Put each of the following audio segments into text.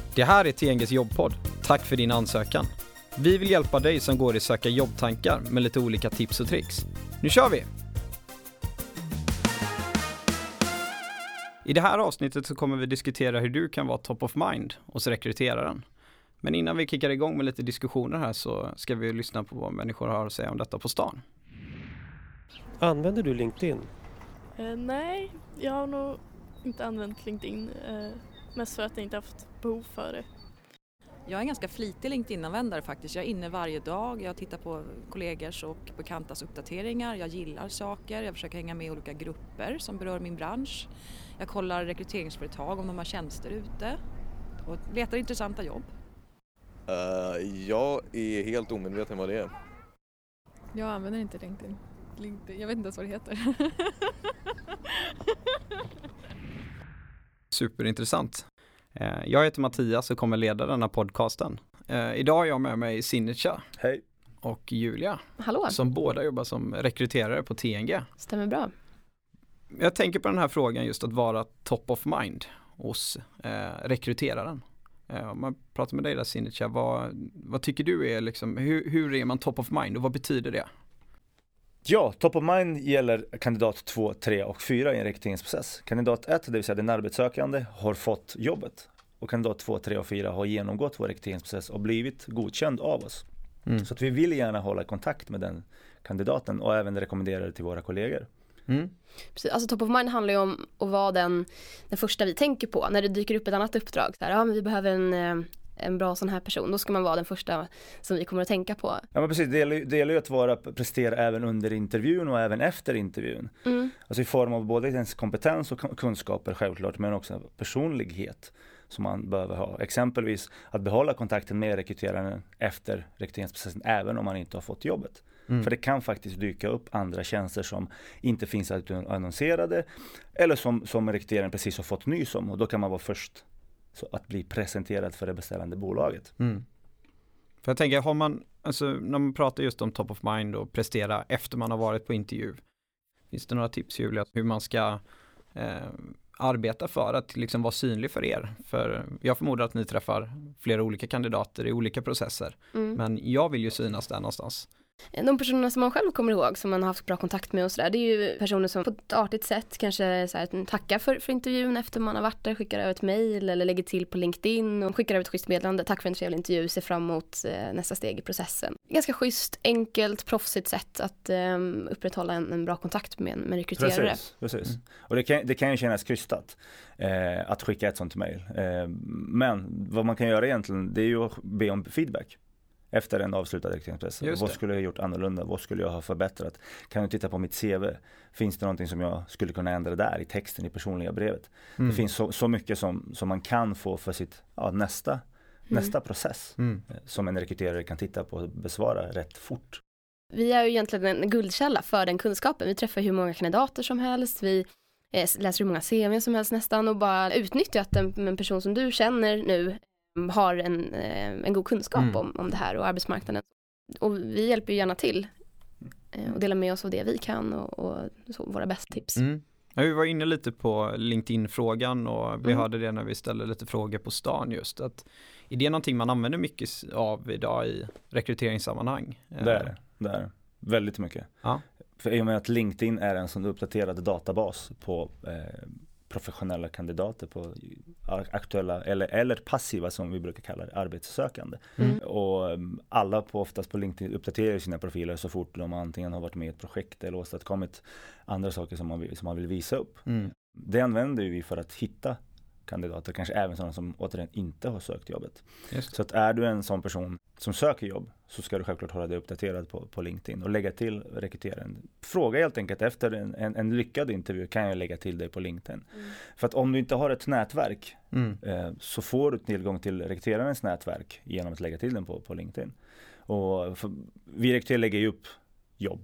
Det här är TNGs jobbpodd. Tack för din ansökan. Vi vill hjälpa dig som går i söka jobbtankar med lite olika tips och tricks. Nu kör vi! I det här avsnittet så kommer vi diskutera hur du kan vara top of mind hos rekryteraren. Men innan vi kickar igång med lite diskussioner här så ska vi lyssna på vad människor har att säga om detta på stan. Använder du LinkedIn? Nej, jag har nog inte använt LinkedIn. Mest för att jag inte haft behov för det. Jag är en ganska flitig LinkedIn-användare faktiskt. Jag är inne varje dag. Jag tittar på kollegors och bekantas uppdateringar. Jag gillar saker. Jag försöker hänga med i olika grupper som berör min bransch. Jag kollar rekryteringsföretag om de har tjänster ute och letar intressanta jobb. Jag är helt omedveten vad det är. Jag använder inte LinkedIn. Jag vet inte ens vad det heter. Superintressant. Jag heter Mattias och kommer leda denna podcasten. Idag har jag med mig Sinecha. Hej. Och Julia. Hallå. Som båda jobbar som rekryterare på TNG. Stämmer bra. Jag tänker på den här frågan just att vara top of mind hos rekryteraren. Om man pratar med dig där Sinecha, vad tycker du är liksom, hur är man top of mind och vad betyder det? Ja, top of mind gäller kandidat 2, 3 och 4 i en rekryteringsprocess. Kandidat 1, det vill säga den arbetssökande, har fått jobbet. Och kandidat 2, 3 och 4 har genomgått vår rekryteringsprocess och blivit godkänd av oss. Så att vi vill gärna hålla kontakt med den kandidaten och även rekommendera det till våra kollegor. Precis, alltså top of mind handlar ju om att vara den första vi tänker på. När det dyker upp ett annat uppdrag, så här, men vi behöver en bra sån här person, då ska man vara den första som vi kommer att tänka på. Ja, men precis, det gäller ju att prestera även under intervjun och även efter intervjun. Alltså i form av både ens kompetens och kunskaper självklart, men också personlighet som man behöver ha. Exempelvis att behålla kontakten med rekryteraren efter rekryteringsprocessen även om man inte har fått jobbet. För det kan faktiskt dyka upp andra tjänster som inte finns annonserade eller som rekryteraren precis har fått nys om, och då kan man vara först så att bli presenterad för det beställande bolaget. För jag tänker, när man pratar just om top of mind och prestera efter man har varit på intervju, finns det några tips, Julia, hur man ska arbeta för att liksom vara synlig för er? För jag förmodar att ni träffar flera olika kandidater i olika processer, men jag vill ju synas där någonstans. De personerna som man själv kommer ihåg, som man har haft bra kontakt med och sådär, det är ju personer som på ett artigt sätt kanske så här, tackar för intervjun efter man har varit där, skickar över ett mejl eller lägger till på LinkedIn och skickar över ett schysst meddelande. Tack för en trevlig intervju, ser fram emot nästa steg i processen. Ganska schysst, enkelt, proffsigt sätt att upprätthålla en bra kontakt med en rekryterare. Precis. Och det kan ju kännas krystat att skicka ett sånt mejl. Men vad man kan göra egentligen, det är ju att be om feedback. Efter en avslutad rekryteringsprocess. Vad skulle jag ha gjort annorlunda? Vad skulle jag ha förbättrat? Kan du titta på mitt CV? Finns det någonting som jag skulle kunna ändra där i texten, i personliga brevet? Det finns så mycket som man kan få för sitt nästa process som en rekryterare kan titta på och besvara rätt fort. Vi är ju egentligen en guldkälla för den kunskapen. Vi träffar hur många kandidater som helst. Vi läser hur många CV som helst nästan och bara utnyttjar att en person som du känner nu har en god kunskap om det här och arbetsmarknaden. Och vi hjälper ju gärna till och delar med oss av det vi kan och så, våra bästa tips. Ja, vi var inne lite på LinkedIn-frågan och vi hörde det när vi ställde lite frågor på stan just. Att, är det någonting man använder mycket av idag i rekryteringssammanhang? Det är väldigt mycket. Ja. För i och med att LinkedIn är en sån uppdaterad databas på professionella kandidater, på aktuella eller passiva som vi brukar kalla det, arbetssökande. Och alla oftast på LinkedIn uppdaterar sina profiler så fort de antingen har varit med i ett projekt eller åstadkommit andra saker som man vill visa upp. Det använder vi för att hitta kandidater, kanske även sådana som återigen inte har sökt jobbet. Så att är du en sån person som söker jobb så ska du självklart hålla dig uppdaterad på LinkedIn och lägga till rekryteraren. Fråga helt enkelt efter en lyckad intervju, kan jag lägga till dig på LinkedIn? För att om du inte har ett nätverk så får du tillgång till rekryterarens nätverk genom att lägga till den på LinkedIn. Och vi rekryterare lägger ju upp jobb.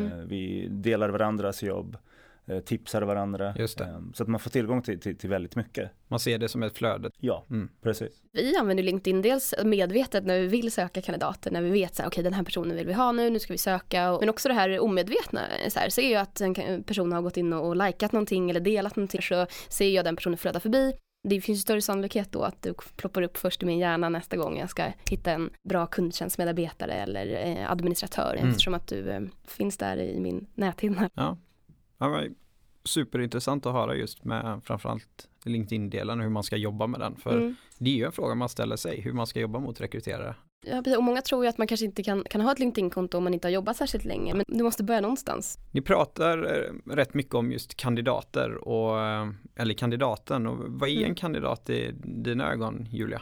Vi delar varandras jobb. Tipsar varandra. Så att man får tillgång till väldigt mycket. Man ser det som ett flöde. Ja, precis. Vi använder LinkedIn dels medvetet när vi vill söka kandidater, när vi vet så här, okej, den här personen vill vi ha nu ska vi söka. Men också det här omedvetna, så ser jag att en person har gått in och likat någonting eller delat någonting, så ser jag den personen flöda förbi. Det finns ju större sannolikhet då att du ploppar upp först i min hjärna nästa gång jag ska hitta en bra kundtjänstmedarbetare eller administratör eftersom att du finns där i min näthinna. Ja, men superintressant att höra just med framförallt LinkedIn-delen och hur man ska jobba med den. För det är ju en fråga man ställer sig, hur man ska jobba mot rekryterare. Ja, och många tror ju att man kanske inte kan ha ett LinkedIn-konto om man inte har jobbat särskilt länge. Men du måste börja någonstans. Ni pratar rätt mycket om just kandidater eller kandidaten. Och vad är en kandidat i dina ögon, Julia?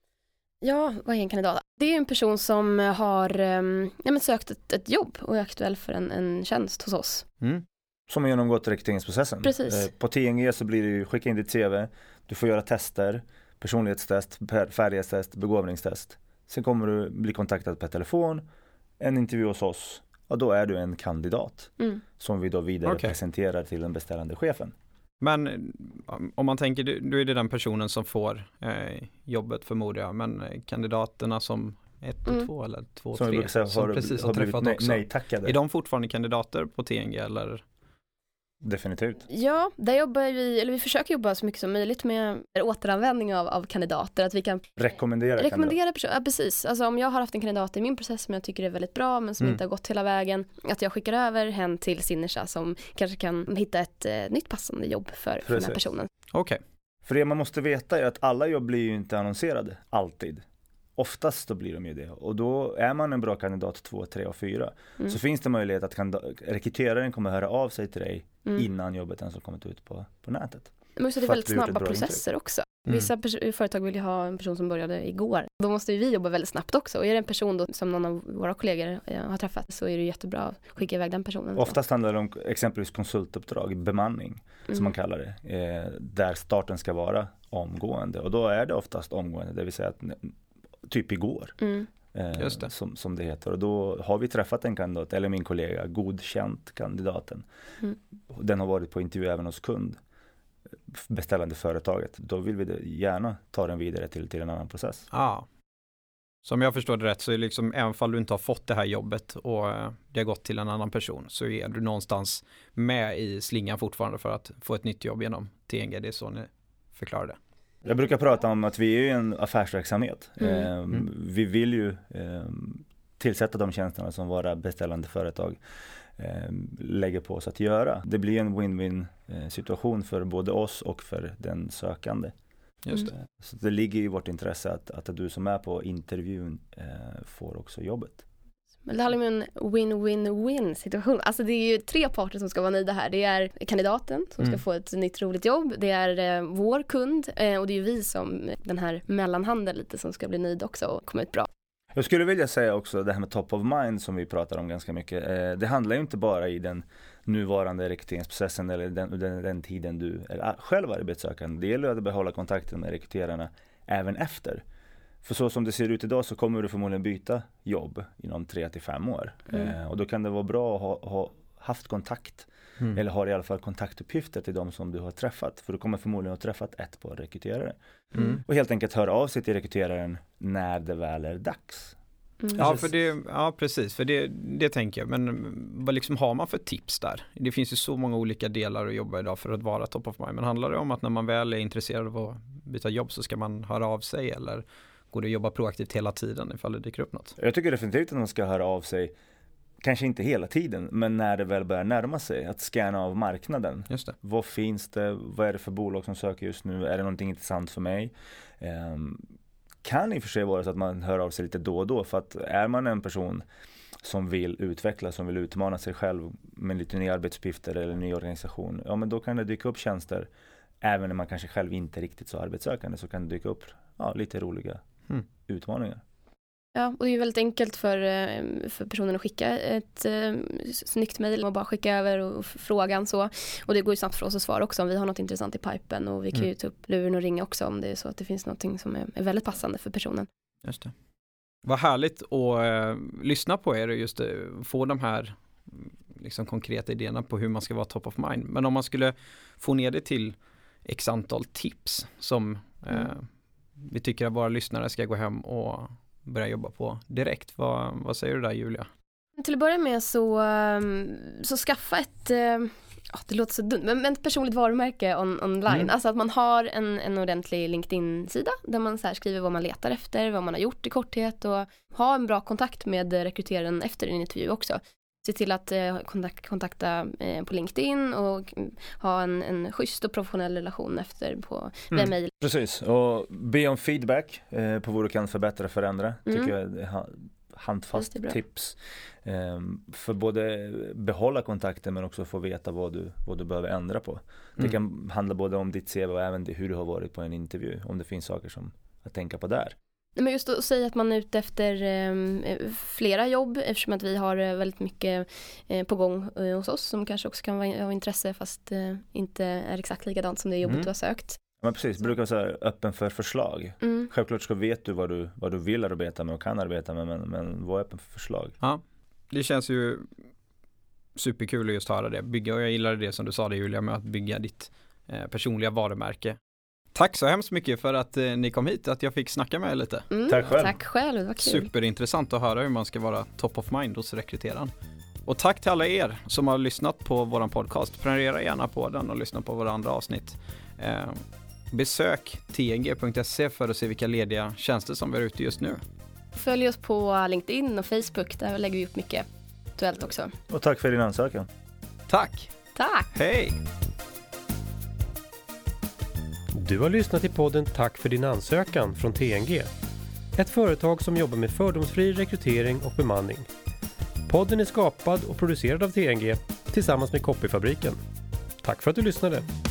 Ja, vad är en kandidat? Det är en person som har sökt ett jobb och är aktuell för en tjänst hos oss. Som har genomgått rekryteringsprocessen. Precis. På TNG så blir det ju skicka in ditt CV, du får göra tester, personlighetstest, färdighetstest, begåvningstest. Sen kommer du bli kontaktad per telefon, en intervju hos oss, och då är du en kandidat som vi då vidare presenterar till den beställande chefen. Men om man tänker, då är det den personen som får jobbet förmodar jag, men kandidaterna som 1 och 2 eller 2 och 3 som precis har träffat också. Nej-tackade. Är de fortfarande kandidater på TNG eller? Definitivt. Ja, där jobbar vi försöker jobba så mycket som möjligt med återanvändning av kandidater. Att vi kan rekommendera personer. Ja, precis. Alltså om jag har haft en kandidat i min process som jag tycker är väldigt bra men som inte har gått hela vägen. Att jag skickar över hen till Synersa som kanske kan hitta ett nytt passande jobb för den här personen. Okej. För det man måste veta är att alla jobb blir ju inte annonserade, alltid. Oftast då blir de ju det. Och då är man en bra kandidat 2, 3 och 4. Så finns det möjlighet att rekryteraren kommer höra av sig till dig innan jobbet ens har kommit ut på nätet. Men så det är väldigt snabba processer också. Vissa företag vill ju ha en person som började igår. Då måste vi jobba väldigt snabbt också. Och är det en person då, som någon av våra kollegor har träffat så är det jättebra att skicka iväg den personen. Oftast handlar det om exempelvis konsultuppdrag, bemanning som man kallar det. Där starten ska vara omgående. Och då är det oftast omgående, det vill säga att typ igår. Just det. Som det heter. Och då har vi träffat en kandidat, eller min kollega, godkänt kandidaten. Den har varit på intervju även hos kund, beställande företaget. Då vill vi gärna ta den vidare till en annan process. Som jag förstår det rätt så är liksom, även om du inte har fått det här jobbet och det har gått till en annan person så är du någonstans med i slingan fortfarande för att få ett nytt jobb genom TNG. Det är så ni förklarar det. Jag brukar prata om att vi är en affärsverksamhet. Vi vill ju tillsätta de tjänsterna som våra beställande företag lägger på oss att göra. Det blir en win-win situation för både oss och för den sökande. Just det. Så det ligger i vårt intresse att du som är på intervjun får också jobbet. Men det handlar om en win-win-win situation. Alltså det är ju 3 parter som ska vara nöjda här. Det är kandidaten som ska få ett nytt roligt jobb. Det är vår kund och det är ju vi som den här mellanhanden lite som ska bli nöjd också och komma ut bra. Jag skulle vilja säga också det här med top of mind som vi pratar om ganska mycket. Det handlar ju inte bara i den nuvarande rekryteringsprocessen eller den tiden du är själv arbetssökande. Det gäller att behålla kontakten med rekryterarna även efter. För så som det ser ut idag så kommer du förmodligen byta jobb inom 3 till 5 år. Och då kan det vara bra att ha haft kontakt. Eller har i alla fall kontaktuppgifter till de som du har träffat. För du kommer förmodligen ha träffat ett par rekryterare. Och helt enkelt höra av sig till rekryteraren när det väl är dags. Ja, precis. För det tänker jag. Men vad liksom har man för tips där? Det finns ju så många olika delar att jobba idag för att vara top of mind. Men handlar det om att när man väl är intresserad av att byta jobb så ska man höra av sig? Eller går det att jobba proaktivt hela tiden ifall det dyker upp något? Jag tycker definitivt att man ska höra av sig. Kanske inte hela tiden, men när det väl börjar närma sig. Att scanna av marknaden. Just det. Vad finns det? Vad är det för bolag som söker just nu? Är det någonting intressant för mig? Kan i och för sig vara så att man hör av sig lite då och då. För att är man en person som vill utveckla, som vill utmana sig själv med lite nya arbetsuppgifter eller ny organisation. Ja, men då kan det dyka upp tjänster. Även när man kanske själv inte riktigt så arbetssökande så kan det dyka upp lite roliga utmaningar. Ja, och det är ju väldigt enkelt för personen att skicka ett snyggt mejl och bara skicka över och frågan så. Och det går ju snabbt för oss att svara också om vi har något intressant i pipen och vi kan ju ta upp luren och ringa också om det är så att det finns någonting som är väldigt passande för personen. Just det. Vad härligt att lyssna på er och just få de här liksom konkreta idéerna på hur man ska vara top of mind. Men om man skulle få ner det till x antal tips som vi tycker att våra lyssnare ska gå hem och börja jobba på direkt. Vad säger du där, Julia? Till att börja med så skaffa det låter så dumt, men ett personligt varumärke online. Alltså att man har en ordentlig LinkedIn-sida där man så här skriver vad man letar efter, vad man har gjort i korthet och ha en bra kontakt med rekryteraren efter en intervju också. Se till att kontakta på LinkedIn och ha en schysst och professionell relation efter via mejl. Precis, och be om feedback på vad du kan förbättra och förändra. Tycker jag är handfast tips. För både behålla kontakten men också få veta vad du behöver ändra på. Det kan handla både om ditt CV och även hur du har varit på en intervju. Om det finns saker som att tänka på där. Men just att säga att man är ute efter flera jobb eftersom att vi har väldigt mycket på gång hos oss som kanske också kan vara av intresse fast inte är exakt likadant som det jobbet du har sökt. Men precis, brukar vara öppen för förslag. Självklart ska vet du vad du vill arbeta med och kan arbeta med men var öppen för förslag. Ja, det känns ju superkul att just höra det. Bygga, och jag gillade det som du sa det Julia med att bygga ditt personliga varumärke. Tack så hemskt mycket för att ni kom hit, att jag fick snacka med er lite. Tack själv, det var kul. Superintressant att höra hur man ska vara top of mind hos rekryteraren. Och tack till alla er som har lyssnat på våran podcast. Prenumerera gärna på den och lyssna på våra andra avsnitt. Besök tng.se för att se vilka lediga tjänster som vi är ute just nu. Följ oss på LinkedIn och Facebook, där lägger vi upp mycket aktuellt också. Och tack för din ansökan. Tack. Hej. Du har lyssnat till podden Tack för din ansökan från TNG. Ett företag som jobbar med fördomsfri rekrytering och bemanning. Podden är skapad och producerad av TNG tillsammans med Copyfabriken. Tack för att du lyssnade.